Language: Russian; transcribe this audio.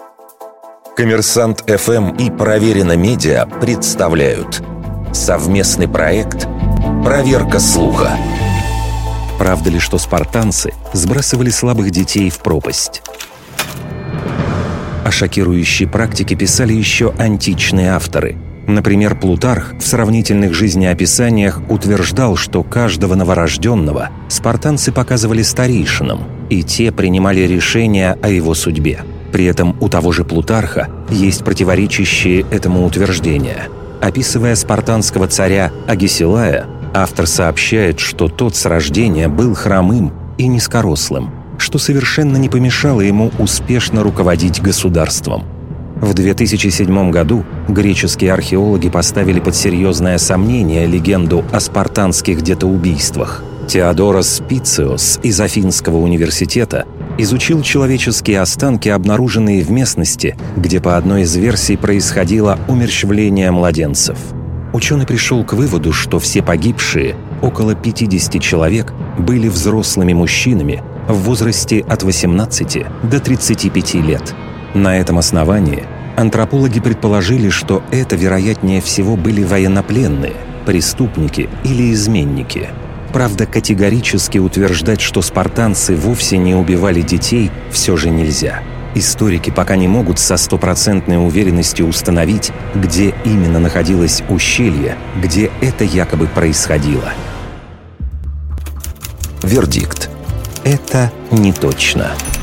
Коммерсант ФМ и Проверено Медиа представляют совместный проект «Проверка слуха». Правда ли, что спартанцы сбрасывали слабых детей в пропасть? О шокирующей практике писали еще античные авторы. Например, Плутарх в сравнительных жизнеописаниях утверждал, что каждого новорожденного спартанцы показывали старейшинам, и те принимали решения о его судьбе. При этом у того же Плутарха есть противоречащие этому утверждения. Описывая спартанского царя Агесилая, автор сообщает, что тот с рождения был хромым и низкорослым, что совершенно не помешало ему успешно руководить государством. В 2007 году греческие археологи поставили под серьезное сомнение легенду о спартанских детоубийствах. Теодорос Пициос из Афинского университета изучил человеческие останки, обнаруженные в местности, где по одной из версий происходило умерщвление младенцев. Ученый пришел к выводу, что все погибшие, около 50 человек, были взрослыми мужчинами в возрасте от 18 до 35 лет. На этом основании антропологи предположили, что это, вероятнее всего, были военнопленные, преступники или изменники. Правда, категорически утверждать, что спартанцы вовсе не убивали детей, все же нельзя. Историки пока не могут со стопроцентной уверенностью установить, где именно находилось ущелье, где это якобы происходило. Вердикт. Это не точно.